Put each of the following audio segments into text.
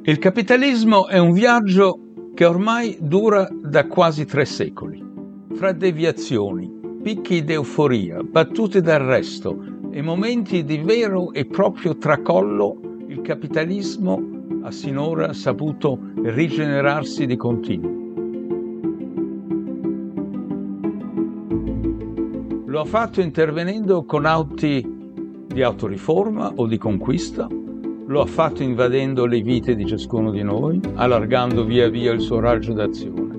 Il capitalismo è un viaggio che ormai dura da quasi 3 secoli. Fra deviazioni, picchi d'euforia, battute d'arresto e momenti di vero e proprio tracollo, il capitalismo ha sinora saputo rigenerarsi di continuo. Lo ha fatto intervenendo con atti di autoriforma o di conquista, lo ha fatto invadendo le vite di ciascuno di noi, allargando via via il suo raggio d'azione.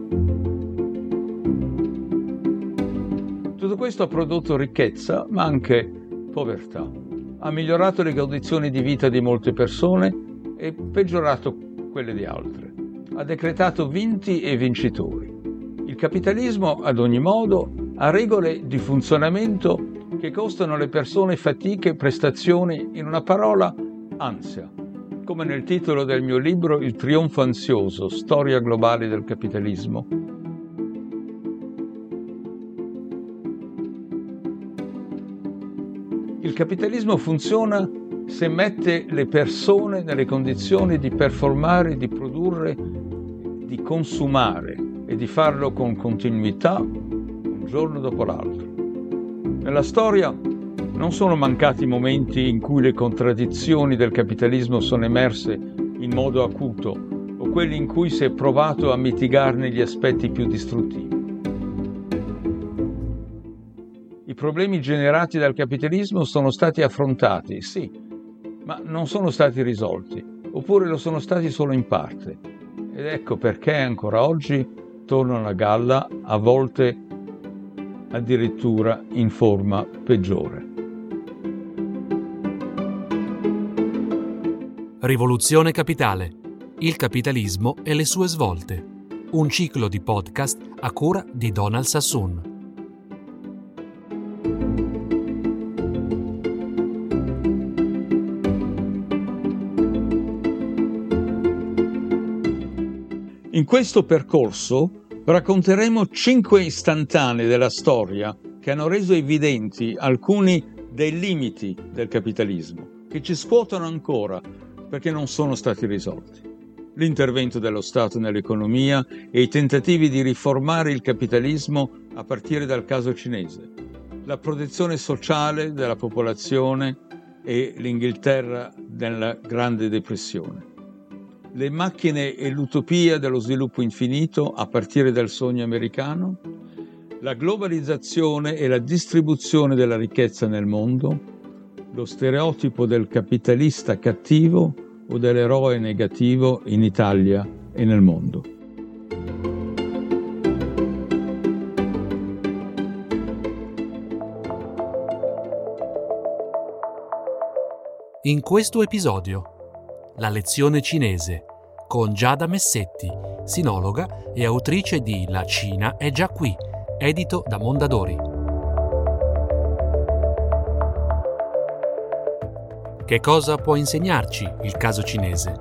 Tutto questo ha prodotto ricchezza, ma anche povertà. Ha migliorato le condizioni di vita di molte persone e peggiorato quelle di altre. Ha decretato vinti e vincitori. Il capitalismo, ad ogni modo, ha regole di funzionamento che costano alle persone fatiche e prestazioni, in una parola, ansia. Come nel titolo del mio libro Il trionfo ansioso, storia globale del capitalismo. Il capitalismo funziona se mette le persone nelle condizioni di performare, di produrre, di consumare e di farlo con continuità un giorno dopo l'altro. Nella storia non sono mancati momenti in cui le contraddizioni del capitalismo sono emerse in modo acuto o quelli in cui si è provato a mitigarne gli aspetti più distruttivi. I problemi generati dal capitalismo sono stati affrontati, sì, ma non sono stati risolti, oppure lo sono stati solo in parte. Ed ecco perché ancora oggi tornano a galla, a volte addirittura in forma peggiore. Rivoluzione capitale. Il capitalismo e le sue svolte. Un ciclo di podcast a cura di Donald Sassoon. In questo percorso racconteremo 5 istantanee della storia che hanno reso evidenti alcuni dei limiti del capitalismo, che ci scuotono ancora perché non sono stati risolti. L'intervento dello Stato nell'economia e i tentativi di riformare il capitalismo a partire dal caso cinese, la protezione sociale della popolazione e l'Inghilterra della Grande Depressione. Le macchine e l'utopia dello sviluppo infinito a partire dal sogno americano, la globalizzazione e la distribuzione della ricchezza nel mondo, lo stereotipo del capitalista cattivo o dell'eroe negativo in Italia e nel mondo. In questo episodio La lezione cinese con Giada Messetti, sinologa e autrice di La Cina è già qui, edito da Mondadori. Che cosa può insegnarci il caso cinese?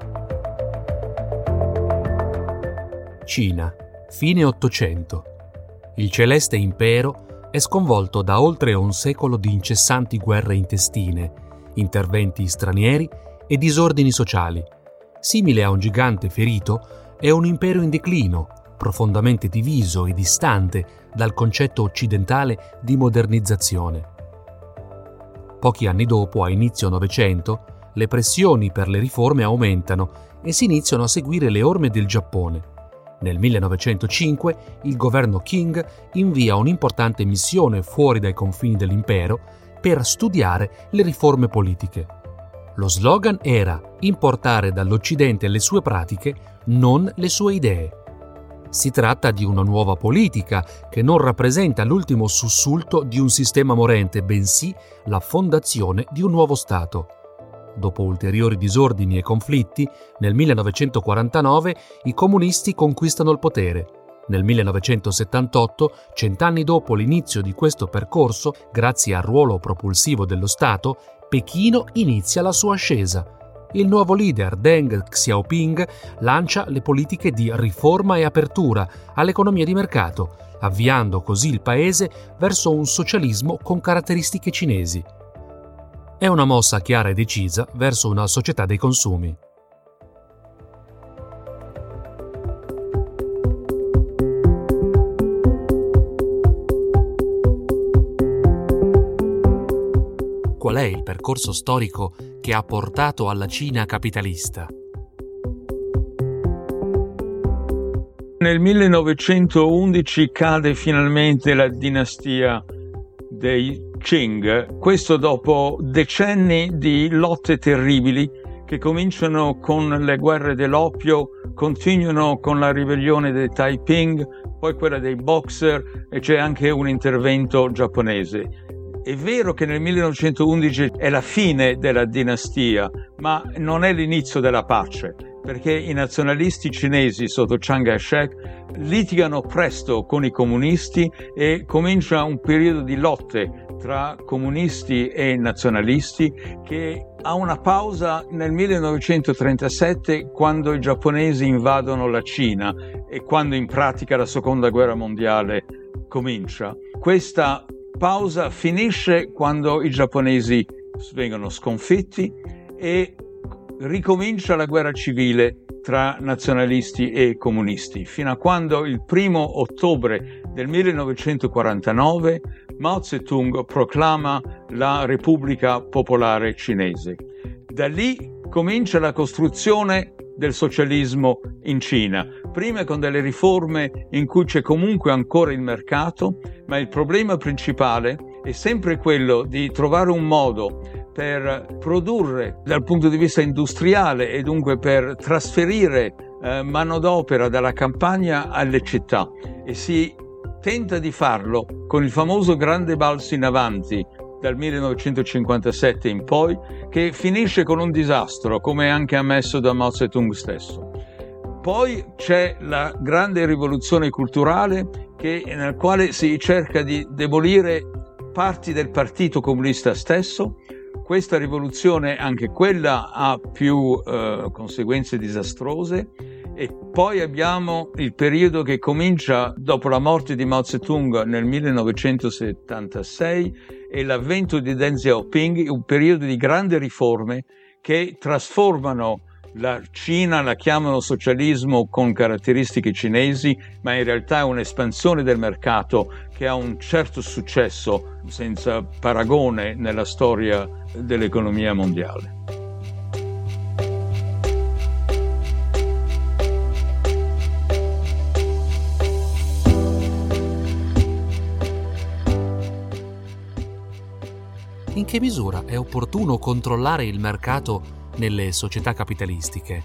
Cina, fine Ottocento. Il celeste impero è sconvolto da oltre un secolo di incessanti guerre intestine, interventi stranieri e disordini sociali. Simile a un gigante ferito, è un impero in declino, profondamente diviso e distante dal concetto occidentale di modernizzazione. Pochi anni dopo, a inizio Novecento, le pressioni per le riforme aumentano e si iniziano a seguire le orme del Giappone. Nel 1905 il governo Qing invia un'importante missione fuori dai confini dell'impero per studiare le riforme politiche. Lo slogan era importare dall'Occidente le sue pratiche, non le sue idee. Si tratta di una nuova politica che non rappresenta l'ultimo sussulto di un sistema morente, bensì la fondazione di un nuovo Stato. Dopo ulteriori disordini e conflitti, nel 1949 i comunisti conquistano il potere. Nel 1978, 100 anni dopo l'inizio di questo percorso, grazie al ruolo propulsivo dello Stato, Pechino inizia la sua ascesa. Il nuovo leader Deng Xiaoping lancia le politiche di riforma e apertura all'economia di mercato, avviando così il paese verso un socialismo con caratteristiche cinesi. È una mossa chiara e decisa verso una società dei consumi. qual è il percorso storico che ha portato alla Cina capitalista. Nel 1911 cade finalmente la dinastia dei Qing, questo dopo decenni di lotte terribili che cominciano con le guerre dell'oppio, continuano con la ribellione dei Taiping, poi quella dei Boxer e c'è anche un intervento giapponese. È vero che nel 1911 è la fine della dinastia, ma non è l'inizio della pace, perché i nazionalisti cinesi sotto Chiang Kai-shek litigano presto con i comunisti e comincia un periodo di lotte tra comunisti e nazionalisti che ha una pausa nel 1937 quando i giapponesi invadono la Cina e quando in pratica la seconda guerra mondiale comincia. Questa pausa finisce quando i giapponesi vengono sconfitti e ricomincia la guerra civile tra nazionalisti e comunisti, fino a quando il 1 ottobre del 1949 Mao Zedong proclama la Repubblica Popolare Cinese. Da lì comincia la costruzione del socialismo in Cina, prima con delle riforme in cui c'è comunque ancora il mercato, ma il problema principale è sempre quello di trovare un modo per produrre dal punto di vista industriale e dunque per trasferire manodopera dalla campagna alle città, e si tenta di farlo con il famoso grande balzo in avanti dal 1957 in poi, che finisce con un disastro, come anche ammesso da Mao Zedong stesso. Poi c'è la grande rivoluzione culturale nel quale si cerca di demolire parti del Partito Comunista stesso. Questa rivoluzione, anche quella, ha più conseguenze disastrose. E poi abbiamo il periodo che comincia dopo la morte di Mao Zedong nel 1976 e l'avvento di Deng Xiaoping, un periodo di grandi riforme che trasformano la Cina, la chiamano socialismo con caratteristiche cinesi, ma in realtà è un'espansione del mercato che ha un certo successo senza paragone nella storia dell'economia mondiale. In che misura è opportuno controllare il mercato nelle società capitalistiche?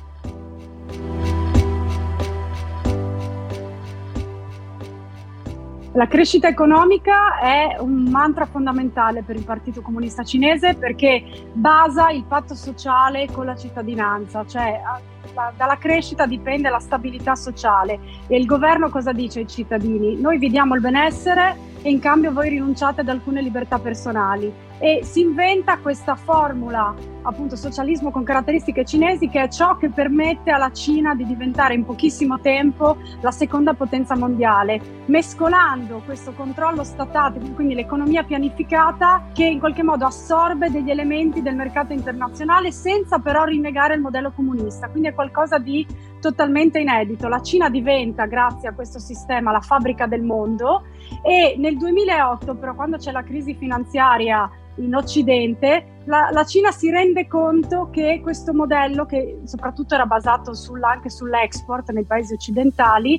La crescita economica è un mantra fondamentale per il Partito Comunista Cinese, perché basa il patto sociale con la cittadinanza, cioè dalla crescita dipende la stabilità sociale. E il governo cosa dice ai cittadini? Noi vi diamo il benessere e in cambio voi rinunciate ad alcune libertà personali. E si inventa questa formula, appunto socialismo con caratteristiche cinesi, che è ciò che permette alla Cina di diventare in pochissimo tempo la seconda potenza mondiale, mescolando questo controllo statale, quindi l'economia pianificata, che in qualche modo assorbe degli elementi del mercato internazionale senza però rinnegare il modello comunista. Quindi è qualcosa di totalmente inedito. La Cina diventa, grazie a questo sistema, la fabbrica del mondo, e nel 2008 però, quando c'è la crisi finanziaria in Occidente, la Cina si rende conto che questo modello, che soprattutto era basato anche sull'export nei paesi occidentali,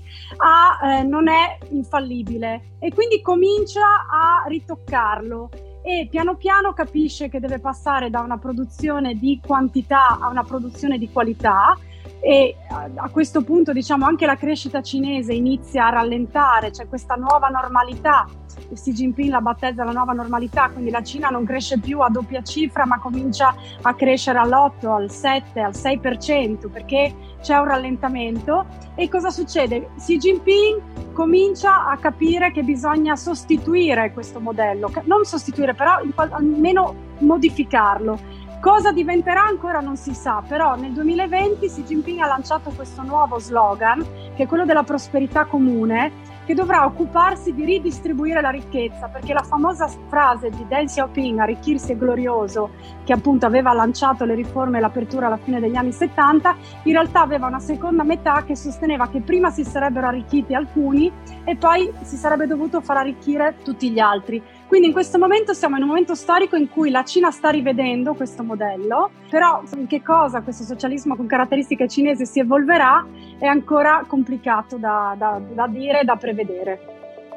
non è infallibile, e quindi comincia a ritoccarlo e piano piano capisce che deve passare da una produzione di quantità a una produzione di qualità. E a questo punto, diciamo, anche la crescita cinese inizia a rallentare, c'è questa nuova normalità. Xi Jinping la battezza la nuova normalità, quindi la Cina non cresce più a doppia cifra, ma comincia a crescere all'8, al 7, al 6%, perché c'è un rallentamento. E cosa succede? Xi Jinping comincia a capire che bisogna sostituire questo modello, non sostituire, però almeno modificarlo. Cosa diventerà ancora non si sa, però nel 2020 Xi Jinping ha lanciato questo nuovo slogan, che è quello della prosperità comune, che dovrà occuparsi di ridistribuire la ricchezza, perché la famosa frase di Deng Xiaoping, arricchirsi è glorioso, che appunto aveva lanciato le riforme e l'apertura alla fine degli anni 70, in realtà aveva una seconda metà che sosteneva che prima si sarebbero arricchiti alcuni e poi si sarebbe dovuto far arricchire tutti gli altri. Quindi in questo momento siamo in un momento storico in cui la Cina sta rivedendo questo modello, però in che cosa questo socialismo con caratteristiche cinesi si evolverà è ancora complicato da dire e da prevedere.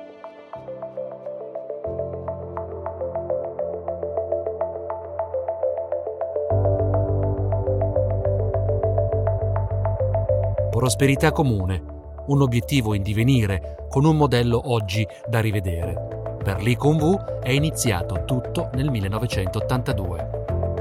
Prosperità comune, un obiettivo in divenire con un modello oggi da rivedere. Per Lee Kuan-Yew è iniziato tutto nel 1982.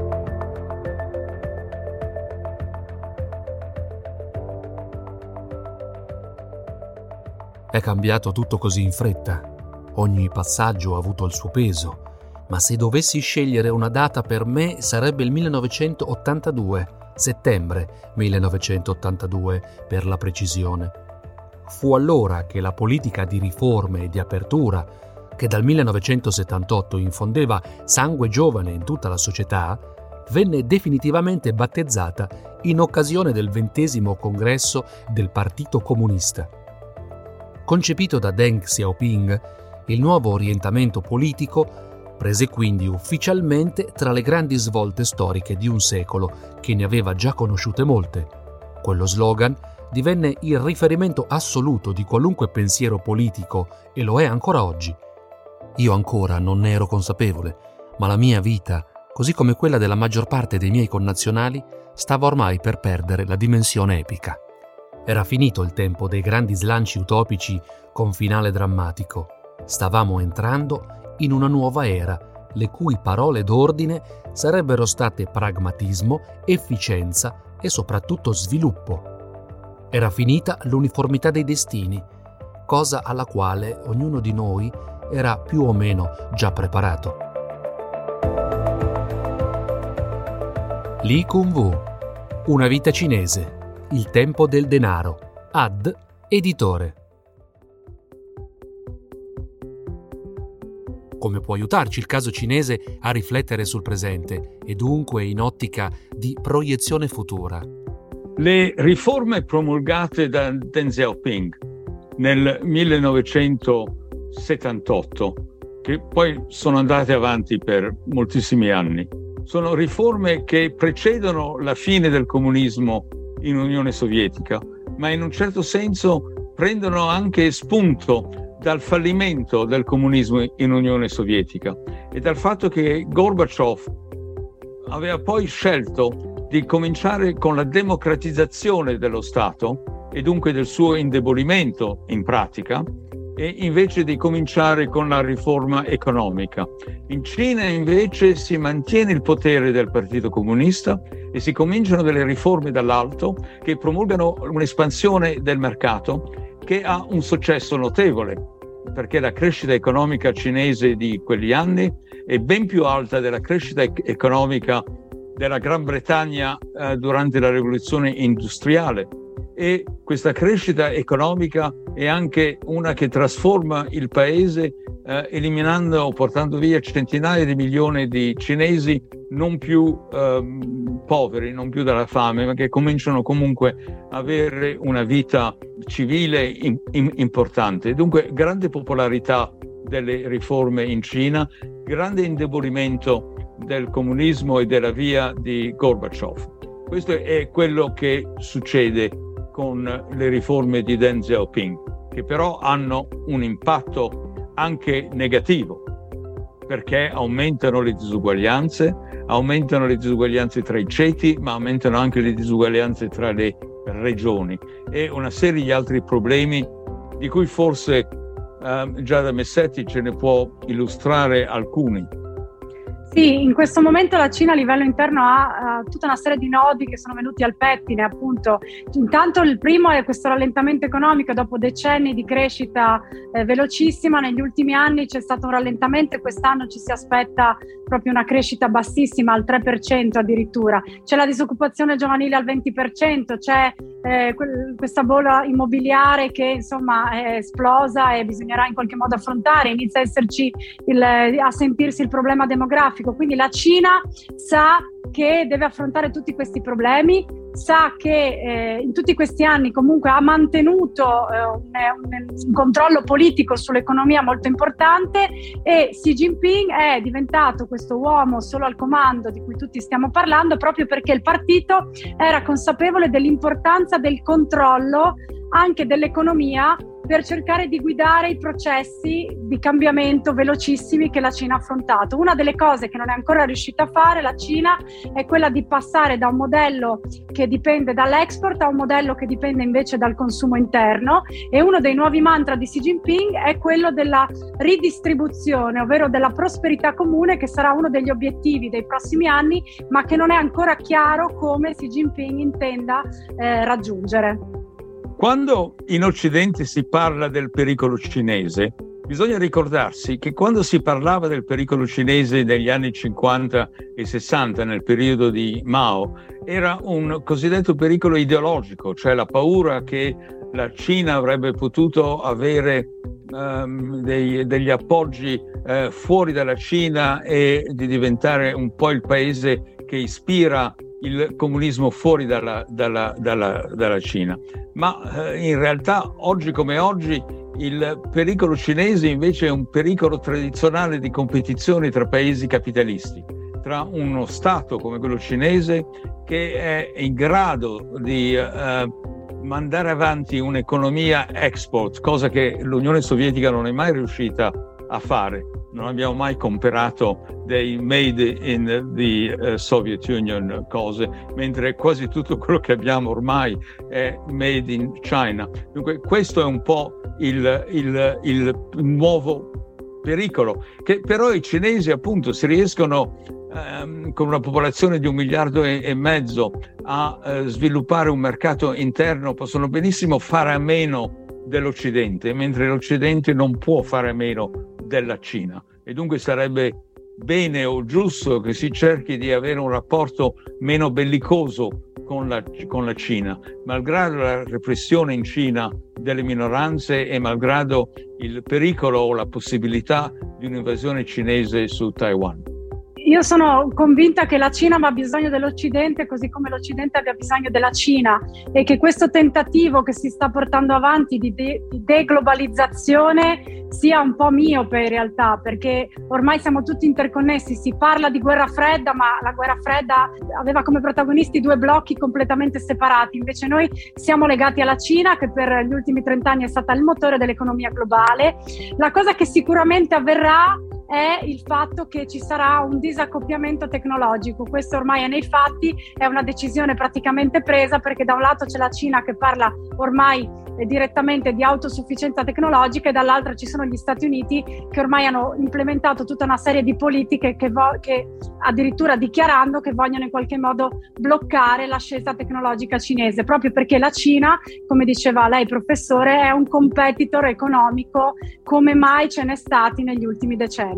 È cambiato tutto così in fretta. Ogni passaggio ha avuto il suo peso. Ma se dovessi scegliere una data per me sarebbe il 1982, settembre 1982 per la precisione. Fu allora che la politica di riforme e di apertura, che dal 1978 infondeva sangue giovane in tutta la società, venne definitivamente battezzata in occasione del 20° congresso del Partito Comunista. Concepito da Deng Xiaoping, il nuovo orientamento politico prese quindi ufficialmente tra le grandi svolte storiche di un secolo che ne aveva già conosciute molte. Quello slogan divenne il riferimento assoluto di qualunque pensiero politico e lo è ancora oggi. Io ancora non ne ero consapevole, ma la mia vita, così come quella della maggior parte dei miei connazionali, stava ormai per perdere la dimensione epica. Era finito il tempo dei grandi slanci utopici con finale drammatico. Stavamo entrando in una nuova era, le cui parole d'ordine sarebbero state pragmatismo, efficienza e soprattutto sviluppo. Era finita l'uniformità dei destini, cosa alla quale ognuno di noi era più o meno già preparato. Lee Kuan-Yew, Una vita cinese, il tempo del denaro, ad editore. Come può aiutarci il caso cinese a riflettere sul presente e dunque in ottica di proiezione futura? Le riforme promulgate da Deng Xiaoping nel 1978, che poi sono andate avanti per moltissimi anni, sono riforme che precedono la fine del comunismo in Unione Sovietica, ma in un certo senso prendono anche spunto dal fallimento del comunismo in Unione Sovietica e dal fatto che Gorbaciov aveva poi scelto di cominciare con la democratizzazione dello Stato e dunque del suo indebolimento in pratica, e invece di cominciare con la riforma economica. In Cina invece si mantiene il potere del Partito Comunista e si cominciano delle riforme dall'alto che promulgano un'espansione del mercato che ha un successo notevole, perché la crescita economica cinese di quegli anni è ben più alta della crescita economica della Gran Bretagna durante la rivoluzione industriale, e questa crescita economica è anche una che trasforma il paese eliminando o portando via centinaia di milioni di cinesi non più poveri, non più dalla fame, ma che cominciano comunque a avere una vita civile importante. Dunque grande popolarità delle riforme in Cina, grande indebolimento del comunismo e della via di Gorbaciov. Questo è quello che succede con le riforme di Deng Xiaoping, che però hanno un impatto anche negativo, perché aumentano le disuguaglianze tra i ceti, ma aumentano anche le disuguaglianze tra le regioni e una serie di altri problemi di cui forse Giada Messetti ce ne può illustrare alcuni. Sì, in questo momento la Cina a livello interno ha tutta una serie di nodi che sono venuti al pettine, appunto. Intanto il primo è questo rallentamento economico dopo decenni di crescita velocissima. Negli ultimi anni c'è stato un rallentamento e quest'anno ci si aspetta proprio una crescita bassissima, al 3% addirittura. C'è la disoccupazione giovanile al 20%, c'è questa bolla immobiliare che insomma è esplosa e bisognerà in qualche modo affrontare. Inizia a esserci a sentirsi il problema demografico. Quindi la Cina sa che deve affrontare tutti questi problemi, sa che in tutti questi anni comunque ha mantenuto un controllo politico sull'economia molto importante, e Xi Jinping è diventato questo uomo solo al comando di cui tutti stiamo parlando, proprio perché il partito era consapevole dell'importanza del controllo anche dell'economia per cercare di guidare i processi di cambiamento velocissimi che la Cina ha affrontato. Una delle cose che non è ancora riuscita a fare la Cina è quella di passare da un modello che dipende dall'export a un modello che dipende invece dal consumo interno, e uno dei nuovi mantra di Xi Jinping è quello della ridistribuzione, ovvero della prosperità comune, che sarà uno degli obiettivi dei prossimi anni, ma che non è ancora chiaro come Xi Jinping intenda raggiungere. Quando in Occidente si parla del pericolo cinese, bisogna ricordarsi che quando si parlava del pericolo cinese negli anni 50 e 60, nel periodo di Mao, era un cosiddetto pericolo ideologico, cioè la paura che la Cina avrebbe potuto avere degli appoggi fuori dalla Cina e di diventare un po' il paese che ispira il comunismo fuori dalla Cina. Ma in realtà oggi come oggi il pericolo cinese invece è un pericolo tradizionale di competizione tra paesi capitalisti, tra uno Stato come quello cinese che è in grado di mandare avanti un'economia export, cosa che l'Unione Sovietica non è mai riuscita a fare. Non abbiamo mai comprato dei made in the Soviet Union cose, mentre quasi tutto quello che abbiamo ormai è made in China. Dunque questo è un po' il nuovo pericolo, che però i cinesi appunto si riescono con una popolazione di 1,5 miliardi a sviluppare un mercato interno, possono benissimo fare a meno dell'Occidente, mentre l'Occidente non può fare a meno della Cina, e dunque sarebbe bene o giusto che si cerchi di avere un rapporto meno bellicoso con la Cina, malgrado la repressione in Cina delle minoranze e malgrado il pericolo o la possibilità di un'invasione cinese su Taiwan. Io sono convinta che la Cina abbia bisogno dell'Occidente, così come l'Occidente abbia bisogno della Cina, e che questo tentativo che si sta portando avanti di deglobalizzazione sia un po' miope in realtà, perché ormai siamo tutti interconnessi. Si parla di guerra fredda, ma la guerra fredda aveva come protagonisti 2 blocchi completamente separati. Invece noi siamo legati alla Cina, che per gli ultimi 30 anni è stata il motore dell'economia globale. La cosa che sicuramente avverrà è il fatto che ci sarà un disaccoppiamento tecnologico. Questo ormai è nei fatti, è una decisione praticamente presa, perché da un lato c'è la Cina che parla ormai direttamente di autosufficienza tecnologica, e dall'altro ci sono gli Stati Uniti che ormai hanno implementato tutta una serie di politiche che addirittura dichiarando che vogliono in qualche modo bloccare l'ascesa tecnologica cinese, proprio perché la Cina, come diceva lei professore, è un competitor economico come mai ce n'è stati negli ultimi decenni.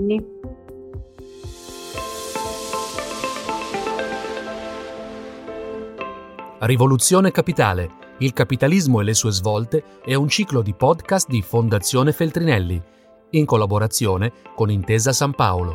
Rivoluzione Capitale, il capitalismo e le sue svolte è un ciclo di podcast di Fondazione Feltrinelli, in collaborazione con Intesa San Paolo.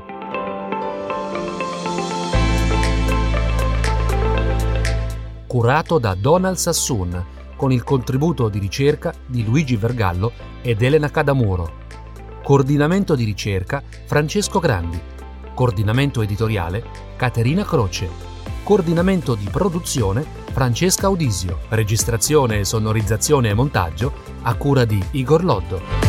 Curato da Donald Sassoon, con il contributo di ricerca di Luigi Vergallo ed Elena Cadamuro. Coordinamento di ricerca Francesco Grandi. Coordinamento editoriale Caterina Croce. Coordinamento di produzione Francesca Audisio. Registrazione, sonorizzazione e montaggio a cura di Igor Loddo.